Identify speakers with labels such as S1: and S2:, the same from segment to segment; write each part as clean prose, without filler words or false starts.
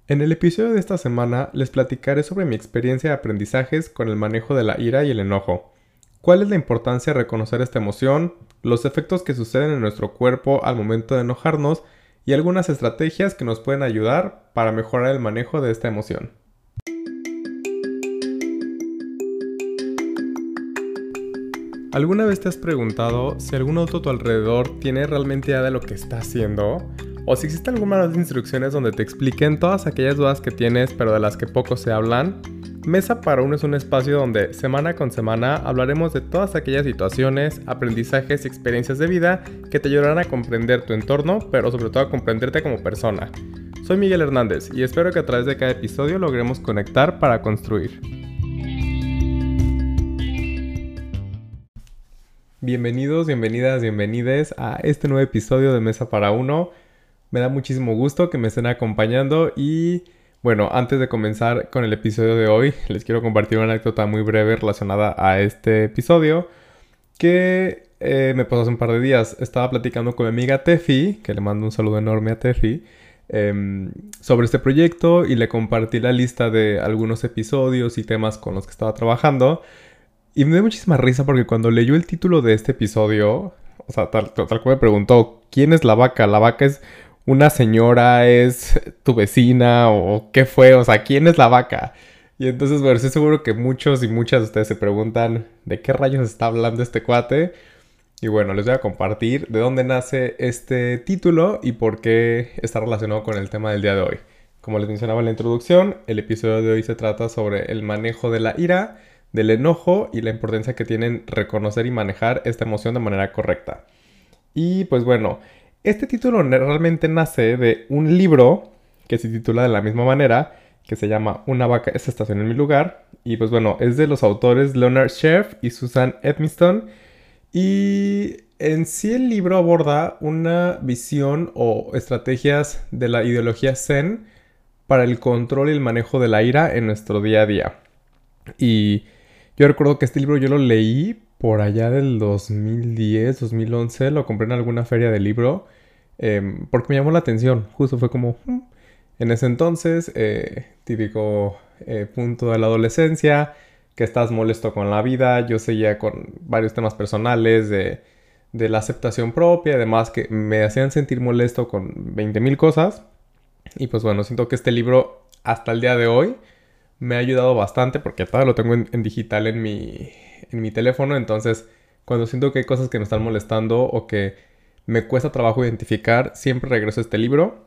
S1: En el episodio de esta semana les platicaré sobre mi experiencia de aprendizajes con el manejo de la ira y el enojo. ¿Cuál es la importancia de reconocer esta emoción? Los efectos que suceden en nuestro cuerpo al momento de enojarnos y algunas estrategias que nos pueden ayudar para mejorar el manejo de esta emoción. ¿Alguna vez te has preguntado si algún otro a tu alrededor tiene realmente idea de lo que está haciendo? ¿O si existen algunas instrucciones donde te expliquen todas aquellas dudas que tienes pero de las que poco se hablan? Mesa para Uno es un espacio donde semana con semana hablaremos de todas aquellas situaciones, aprendizajes y experiencias de vida que te ayudarán a comprender tu entorno, pero sobre todo a comprenderte como persona. Soy Miguel Hernández y espero que a través de cada episodio logremos conectar para construir. Bienvenidos, bienvenidas, bienvenides a este nuevo episodio de Mesa para Uno. Me da muchísimo gusto que me estén acompañando y bueno, antes de comenzar con el episodio de hoy, les quiero compartir una anécdota muy breve relacionada a este episodio que me pasó hace un par de días. Estaba platicando con mi amiga Tefi, que le mando un saludo enorme a Tefi, sobre este proyecto y le compartí la lista de algunos episodios y temas con los que estaba trabajando. Y me dio muchísima risa porque cuando leyó el título de este episodio, o sea, tal cual me preguntó, ¿quién es la vaca? ¿La vaca es una señora? ¿Es tu vecina? ¿O qué fue? O sea, ¿quién es la vaca? Y entonces, bueno, estoy seguro que muchos y muchas de ustedes se preguntan ¿de qué rayos está hablando este cuate? Y bueno, les voy a compartir de dónde nace este título y por qué está relacionado con el tema del día de hoy. Como les mencionaba en la introducción, el episodio de hoy se trata sobre el manejo de la ira, del enojo y la importancia que tienen reconocer y manejar esta emoción de manera correcta. Y pues bueno, este título realmente nace de un libro que se titula de la misma manera, que se llama Una vaca se estacionó en mi lugar. Y pues bueno, es de los autores Leonard Scherf y Susan Edmiston. Y en sí el libro aborda una visión o estrategias de la ideología Zen para el control y el manejo de la ira en nuestro día a día. Y yo recuerdo que este libro yo lo leí por allá del 2010, 2011. Lo compré en alguna feria de libro porque me llamó la atención. Justo fue como... En ese entonces, típico punto de la adolescencia, que estás molesto con la vida. Yo seguía con varios temas personales de la aceptación propia, además que me hacían sentir molesto con 20,000 cosas. Y pues bueno, siento que este libro hasta el día de hoy me ha ayudado bastante porque todavía lo tengo en digital en mi teléfono. Entonces, cuando siento que hay cosas que me están molestando o que me cuesta trabajo identificar, siempre regreso a este libro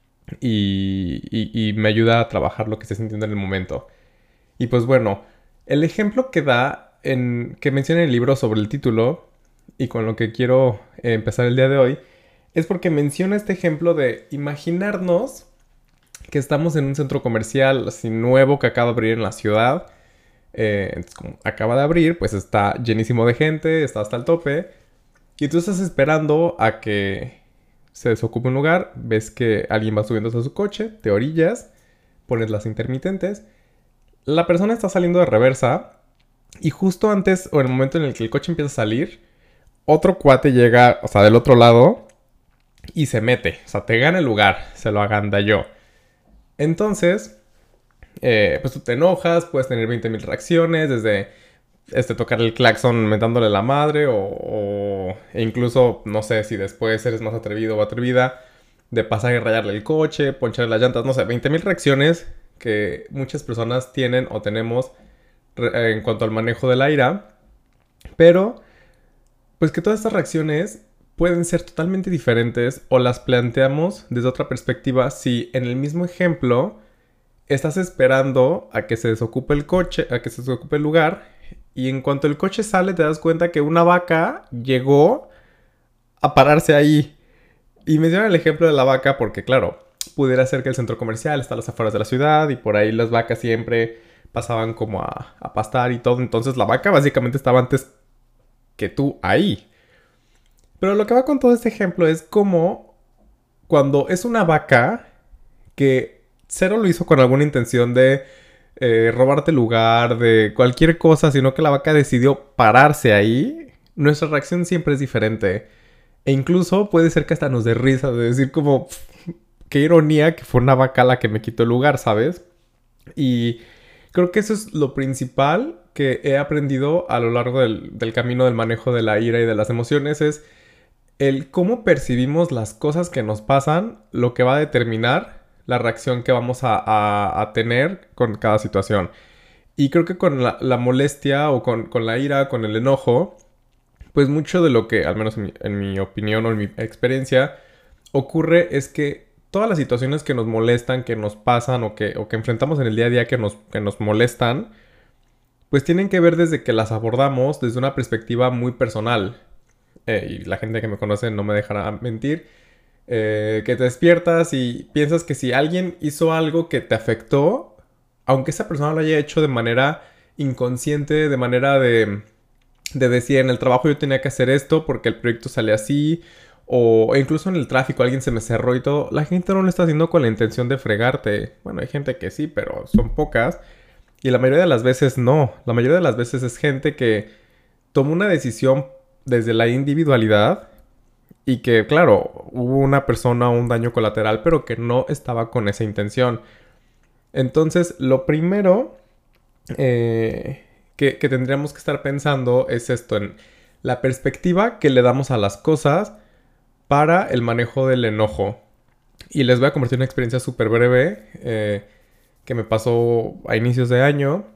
S1: y me ayuda a trabajar lo que estoy sintiendo en el momento. Y pues bueno, el ejemplo que que menciona en el libro sobre el título y con lo que quiero empezar el día de hoy, es porque menciona este ejemplo de imaginarnos que estamos en un centro comercial así nuevo que acaba de abrir en la ciudad. Entonces, como acaba de abrir, pues está llenísimo de gente, está hasta el tope. Y tú estás esperando a que se desocupe un lugar, ves que alguien va subiéndose a su coche, te orillas, pones las intermitentes. La persona está saliendo de reversa y justo antes o en el momento en el que el coche empieza a salir, otro cuate llega, o sea, del otro lado y se mete. O sea, te gana el lugar, se lo agandalló. Entonces, pues tú te enojas, puedes tener 20,000 reacciones, desde tocar el claxon mentándole la madre e incluso, no sé, si después eres más atrevido o atrevida, de pasar y rayarle el coche, poncharle las llantas, no sé, 20,000 reacciones que muchas personas tienen o tenemos en cuanto al manejo de la ira, pero pues que todas estas reacciones pueden ser totalmente diferentes o las planteamos desde otra perspectiva si en el mismo ejemplo estás esperando a que se desocupe el coche, a que se desocupe el lugar, y en cuanto el coche sale te das cuenta que una vaca llegó a pararse ahí. Y menciono el ejemplo de la vaca porque, claro, pudiera ser que el centro comercial está a las afueras de la ciudad y por ahí las vacas siempre pasaban como a pastar y todo. Entonces la vaca básicamente estaba antes que tú ahí. Pero lo que va con todo este ejemplo es como cuando es una vaca que cero lo hizo con alguna intención de robarte lugar, de cualquier cosa, sino que la vaca decidió pararse ahí, nuestra reacción siempre es diferente. E incluso puede ser que hasta nos dé risa de decir como, qué ironía que fue una vaca la que me quitó el lugar, ¿sabes? Y creo que eso es lo principal que he aprendido a lo largo del camino del manejo de la ira y de las emociones, es el cómo percibimos las cosas que nos pasan, lo que va a determinar la reacción que vamos a tener con cada situación. Y creo que con la molestia o con la ira, con el enojo, pues mucho de lo que, al menos en mi opinión o en mi experiencia, ocurre es que todas las situaciones que nos molestan, que nos pasan o que enfrentamos en el día a día que nos molestan, pues tienen que ver desde que las abordamos desde una perspectiva muy personal. Y la gente que me conoce no me dejará mentir. Que te despiertas y piensas que si alguien hizo algo que te afectó, aunque esa persona lo haya hecho de manera inconsciente, de manera de decir en el trabajo yo tenía que hacer esto porque el proyecto sale así, o incluso en el tráfico alguien se me cerró y todo, la gente no lo está haciendo con la intención de fregarte. Bueno, hay gente que sí, pero son pocas. Y la mayoría de las veces no. La mayoría de las veces es gente que toma una decisión desde la individualidad y que, claro, hubo una persona o un daño colateral, pero que no estaba con esa intención. Entonces, lo primero que tendríamos que estar pensando es esto, en la perspectiva que le damos a las cosas para el manejo del enojo. Y les voy a compartir una experiencia súper breve que me pasó a inicios de año.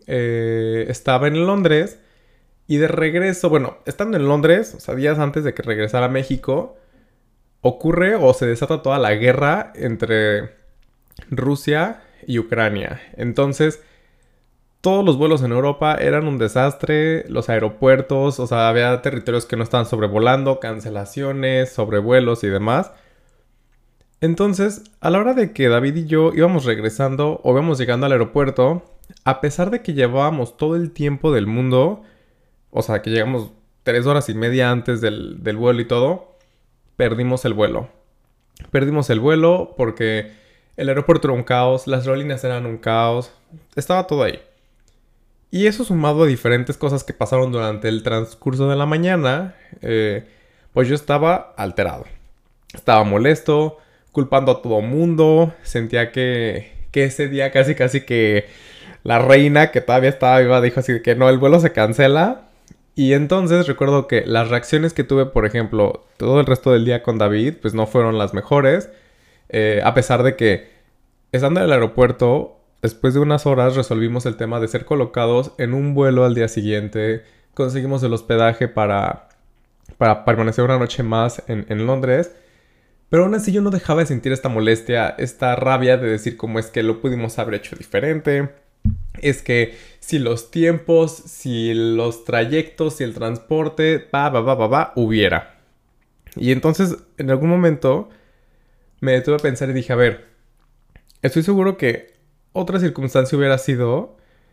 S1: Estaba en Londres y de regreso, bueno, estando en Londres, o sea, días antes de que regresara a México, ocurre o se desata toda la guerra entre Rusia y Ucrania. Entonces, todos los vuelos en Europa eran un desastre, los aeropuertos, o sea, había territorios que no estaban sobrevolando, cancelaciones, sobrevuelos y demás. Entonces, a la hora de que David y yo íbamos regresando o íbamos llegando al aeropuerto, a pesar de que llevábamos todo el tiempo del mundo, o sea, que llegamos 3 horas y media antes del vuelo y todo, perdimos el vuelo. Perdimos el vuelo porque el aeropuerto era un caos, las aerolíneas eran un caos, estaba todo ahí. Y eso sumado a diferentes cosas que pasaron durante el transcurso de la mañana, pues yo estaba alterado. Estaba molesto, culpando a todo mundo, sentía que ese día casi que la reina que todavía estaba viva dijo así que no, el vuelo se cancela. Y entonces recuerdo que las reacciones que tuve, por ejemplo, todo el resto del día con David, pues no fueron las mejores. A pesar de que, estando en el aeropuerto, después de unas horas resolvimos el tema de ser colocados en un vuelo al día siguiente. Conseguimos el hospedaje para permanecer una noche más en Londres. Pero aún así yo no dejaba de sentir esta molestia, esta rabia de decir cómo es que lo pudimos haber hecho diferente. Es que si los tiempos, si los trayectos, si el transporte, hubiera. Y entonces en algún momento me detuve a pensar y dije, a ver, estoy seguro que otra circunstancia hubiera sido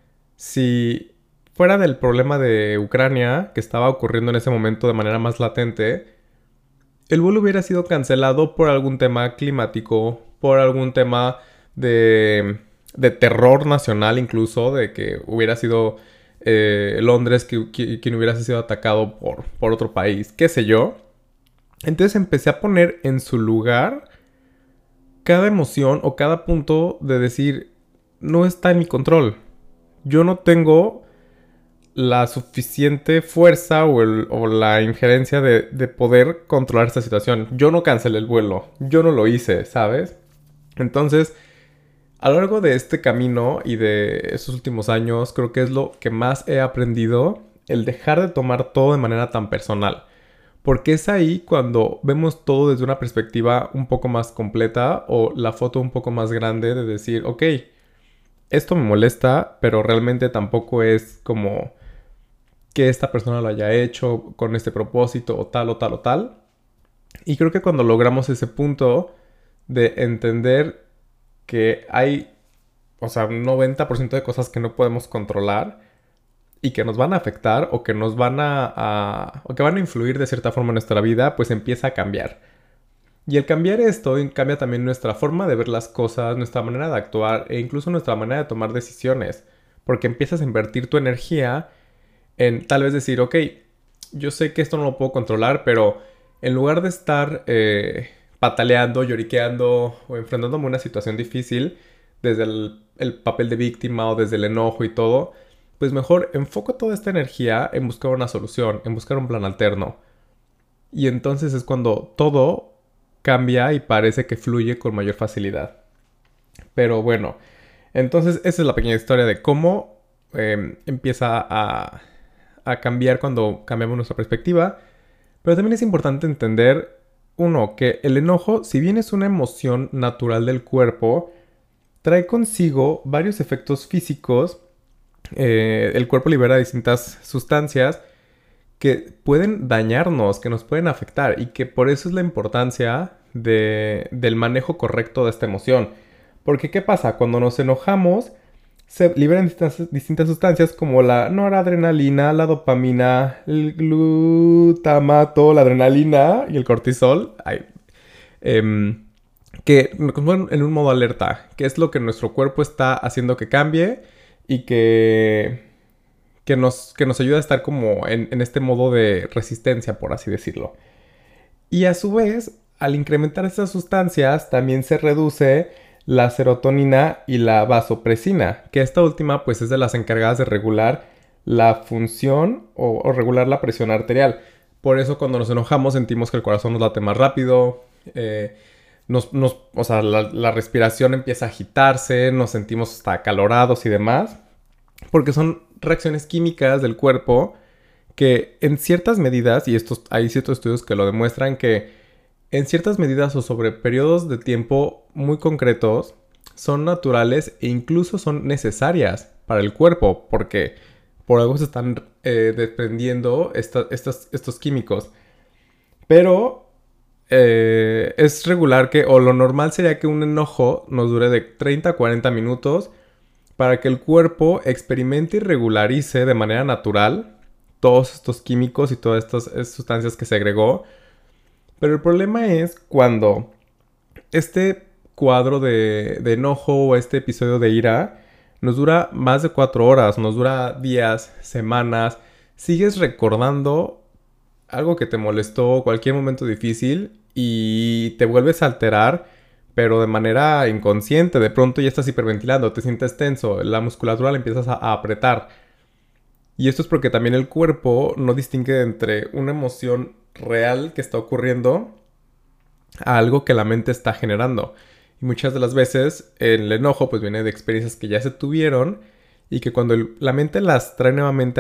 S1: si fuera del problema de Ucrania que estaba ocurriendo en ese momento de manera más latente, el vuelo hubiera sido cancelado por algún tema climático, por algún tema de terror nacional incluso, de que hubiera sido Londres quien hubiera sido atacado por otro país, qué sé yo. Entonces empecé a poner en su lugar cada emoción o cada punto de decir, no está en mi control. Yo no tengo la suficiente fuerza o la injerencia de poder controlar esta situación. Yo no cancelé el vuelo, yo no lo hice, ¿sabes? Entonces, a lo largo de este camino y de estos últimos años, creo que es lo que más he aprendido, el dejar de tomar todo de manera tan personal. Porque es ahí cuando vemos todo desde una perspectiva un poco más completa o la foto un poco más grande de decir, ok, esto me molesta, pero realmente tampoco es como que esta persona lo haya hecho con este propósito o tal o tal o tal. Y creo que cuando logramos ese punto de entender que hay, o sea, un 90% de cosas que no podemos controlar y que nos van a afectar o que nos van o que van a influir de cierta forma en nuestra vida, pues empieza a cambiar. Y el cambiar esto cambia también nuestra forma de ver las cosas, nuestra manera de actuar e incluso nuestra manera de tomar decisiones. Porque empiezas a invertir tu energía en tal vez decir, ok, yo sé que esto no lo puedo controlar, pero en lugar de estar pataleando, lloriqueando o enfrentándome a una situación difícil desde el papel de víctima o desde el enojo y todo, pues mejor enfoco toda esta energía en buscar una solución, en buscar un plan alterno. Y entonces es cuando todo cambia y parece que fluye con mayor facilidad. Pero bueno, entonces esa es la pequeña historia de cómo empieza a cambiar cuando cambiamos nuestra perspectiva. Pero también es importante entender, uno, que el enojo, si bien es una emoción natural del cuerpo, trae consigo varios efectos físicos. El cuerpo libera distintas sustancias que pueden dañarnos, que nos pueden afectar y que por eso es la importancia del manejo correcto de esta emoción. Porque ¿qué pasa? Cuando nos enojamos, se liberan distintas sustancias como la noradrenalina, la dopamina, el glutamato, la adrenalina y el cortisol. Que nos ponen en un modo alerta, que es lo que nuestro cuerpo está haciendo que cambie y que nos ayuda a estar como en este modo de resistencia, por así decirlo. Y a su vez, al incrementar estas sustancias, también se reduce la serotonina y la vasopresina, que esta última pues es de las encargadas de regular la función o regular la presión arterial. Por eso cuando nos enojamos sentimos que el corazón nos late más rápido, o sea, la respiración empieza a agitarse, nos sentimos hasta acalorados y demás, porque son reacciones químicas del cuerpo que en ciertas medidas, y hay ciertos estudios que lo demuestran, que en ciertas medidas o sobre periodos de tiempo muy concretos son naturales e incluso son necesarias para el cuerpo, porque por algo se están desprendiendo estos químicos. Pero es regular que, o lo normal sería que un enojo nos dure de 30 a 40 minutos para que el cuerpo experimente y regularice de manera natural todos estos químicos y todas estas sustancias que se agregó. Pero el problema es cuando este cuadro de enojo o este episodio de ira nos dura más de 4 horas, nos dura días, semanas, sigues recordando algo que te molestó, cualquier momento difícil y te vuelves a alterar, pero de manera inconsciente. De pronto ya estás hiperventilando, te sientes tenso, la musculatura la empiezas a apretar. Y esto es porque también el cuerpo no distingue entre una emoción real que está ocurriendo a algo que la mente está generando. Y muchas de las veces el enojo pues viene de experiencias que ya se tuvieron y que cuando la mente las trae nuevamente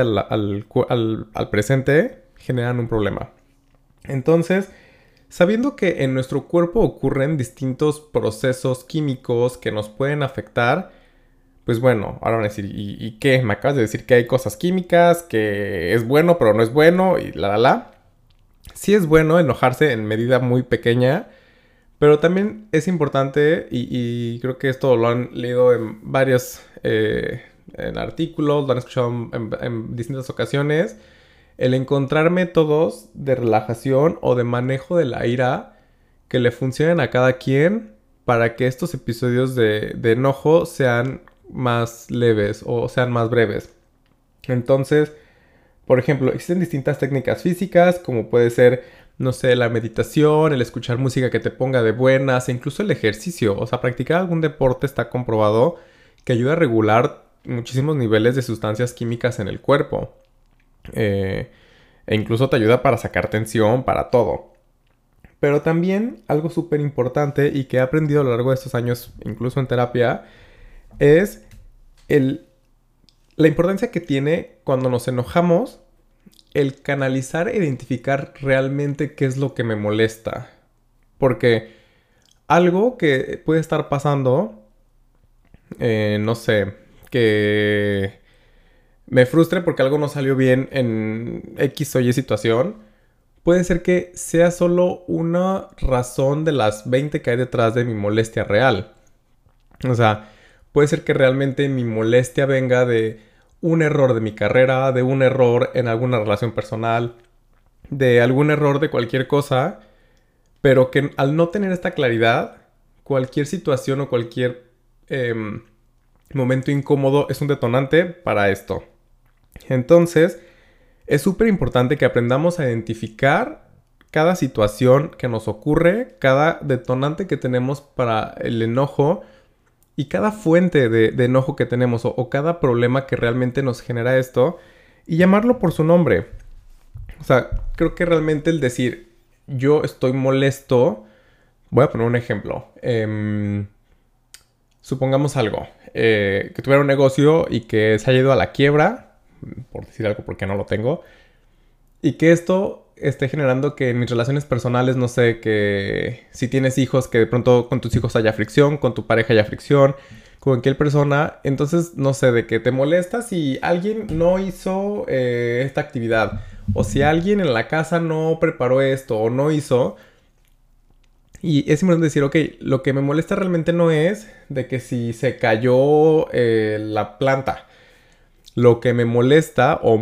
S1: al presente generan un problema. Entonces, sabiendo que en nuestro cuerpo ocurren distintos procesos químicos que nos pueden afectar, pues bueno, ahora van a decir, ¿y qué? Me acabas de decir que hay cosas químicas, que es bueno pero no es bueno y la. Sí es bueno enojarse en medida muy pequeña, pero también es importante, y creo que esto lo han leído en varios en artículos, lo han escuchado en distintas ocasiones, el encontrar métodos de relajación o de manejo de la ira que le funcionen a cada quien para que estos episodios de enojo sean más leves o sean más breves. Entonces, por ejemplo, existen distintas técnicas físicas, como puede ser, no sé, la meditación, el escuchar música que te ponga de buenas, e incluso el ejercicio. O sea, practicar algún deporte está comprobado que ayuda a regular muchísimos niveles de sustancias químicas en el cuerpo. E incluso te ayuda para sacar tensión, para todo. Pero también algo súper importante y que he aprendido a lo largo de estos años, incluso en terapia, es la importancia que tiene cuando nos enojamos el canalizar e identificar realmente qué es lo que me molesta. Porque algo que puede estar pasando, no sé, que me frustre porque algo no salió bien en X o Y situación, puede ser que sea solo una razón de las 20 que hay detrás de mi molestia real. O sea, puede ser que realmente mi molestia venga de un error de mi carrera, de un error en alguna relación personal, de algún error de cualquier cosa, pero que al no tener esta claridad, cualquier situación o cualquier momento incómodo es un detonante para esto. Entonces, es súper importante que aprendamos a identificar cada situación que nos ocurre, cada detonante que tenemos para el enojo y cada fuente de enojo que tenemos o cada problema que realmente nos genera esto y llamarlo por su nombre. O sea, creo que realmente el decir yo estoy molesto. Voy a poner un ejemplo. Supongamos algo. Que tuviera un negocio y que se haya ido a la quiebra. Por decir algo porque no lo tengo. Y que esto esté generando que en mis relaciones personales, no sé, que si tienes hijos, que de pronto con tus hijos haya fricción, con tu pareja haya fricción, con cualquier persona. Entonces, no sé, de que te molesta si alguien no hizo esta actividad. O si alguien en la casa no preparó esto o no hizo. Y es importante decir, ok, lo que me molesta realmente no es de que si se cayó la planta. Lo que me molesta o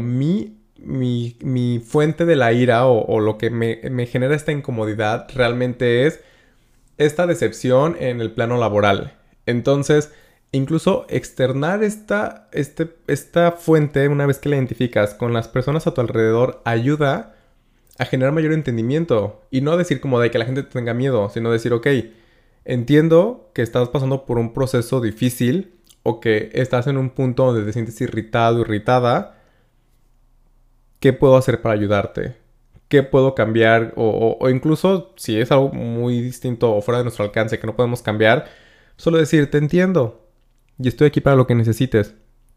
S1: mi fuente de la ira o lo que me genera esta incomodidad realmente es esta decepción en el plano laboral. Entonces, incluso externar esta fuente, una vez que la identificas con las personas a tu alrededor, ayuda a generar mayor entendimiento. Y no decir como de que la gente tenga miedo, sino decir, ok, entiendo que estás pasando por un proceso difícil o que estás en un punto donde te sientes irritado, irritada. ¿Qué puedo hacer para ayudarte? ¿Qué puedo cambiar? O incluso si es algo muy distinto o fuera de nuestro alcance que no podemos cambiar, solo decir, te entiendo y estoy aquí para lo que necesites.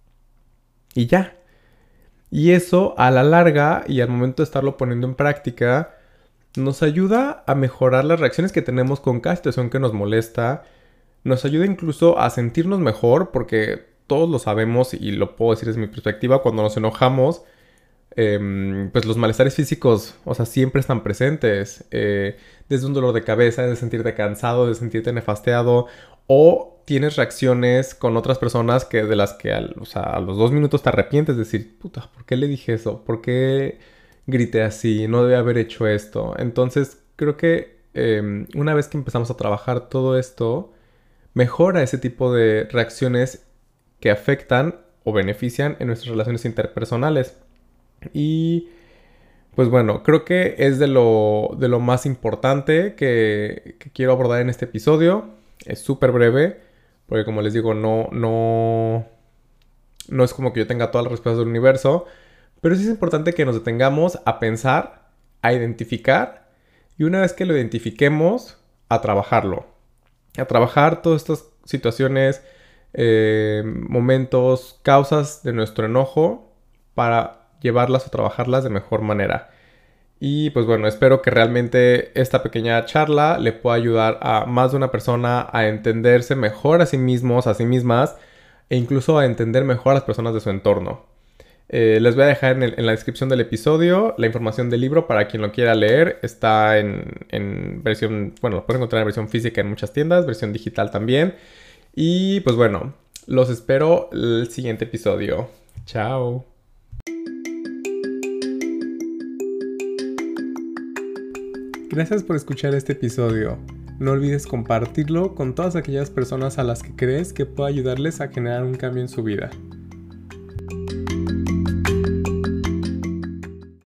S1: Y ya. Y eso a la larga y al momento de estarlo poniendo en práctica nos ayuda a mejorar las reacciones que tenemos con cada situación que nos molesta. Nos ayuda incluso a sentirnos mejor porque todos lo sabemos y lo puedo decir desde mi perspectiva. Cuando nos enojamos, pues los malestares físicos, o sea, siempre están presentes. Desde un dolor de cabeza, de sentirte cansado, de sentirte nefasteado. O tienes reacciones con otras personas que de las que a los 2 minutos te arrepientes de decir, puta, ¿por qué le dije eso? ¿Por qué grité así? No debía haber hecho esto. Entonces, creo que una vez que empezamos a trabajar todo esto, mejora ese tipo de reacciones que afectan o benefician en nuestras relaciones interpersonales. Y pues bueno, creo que es de lo más importante que quiero abordar en este episodio. Es súper breve, porque como les digo, no es como que yo tenga todas las respuestas del universo, pero sí es importante que nos detengamos a pensar, a identificar, y una vez que lo identifiquemos, a trabajarlo. A trabajar todas estas situaciones, momentos, causas de nuestro enojo para llevarlas o trabajarlas de mejor manera. Y pues bueno, espero que realmente esta pequeña charla le pueda ayudar a más de una persona a entenderse mejor a sí mismos, a sí mismas, e incluso a entender mejor a las personas de su entorno. Les voy a dejar en la descripción del episodio la información del libro para quien lo quiera leer. Está en versión, bueno, lo pueden encontrar en versión física en muchas tiendas, versión digital también. Y pues bueno, los espero el siguiente episodio. Chao. Gracias por escuchar este episodio. No olvides compartirlo con todas aquellas personas a las que crees que pueda ayudarles a generar un cambio en su vida.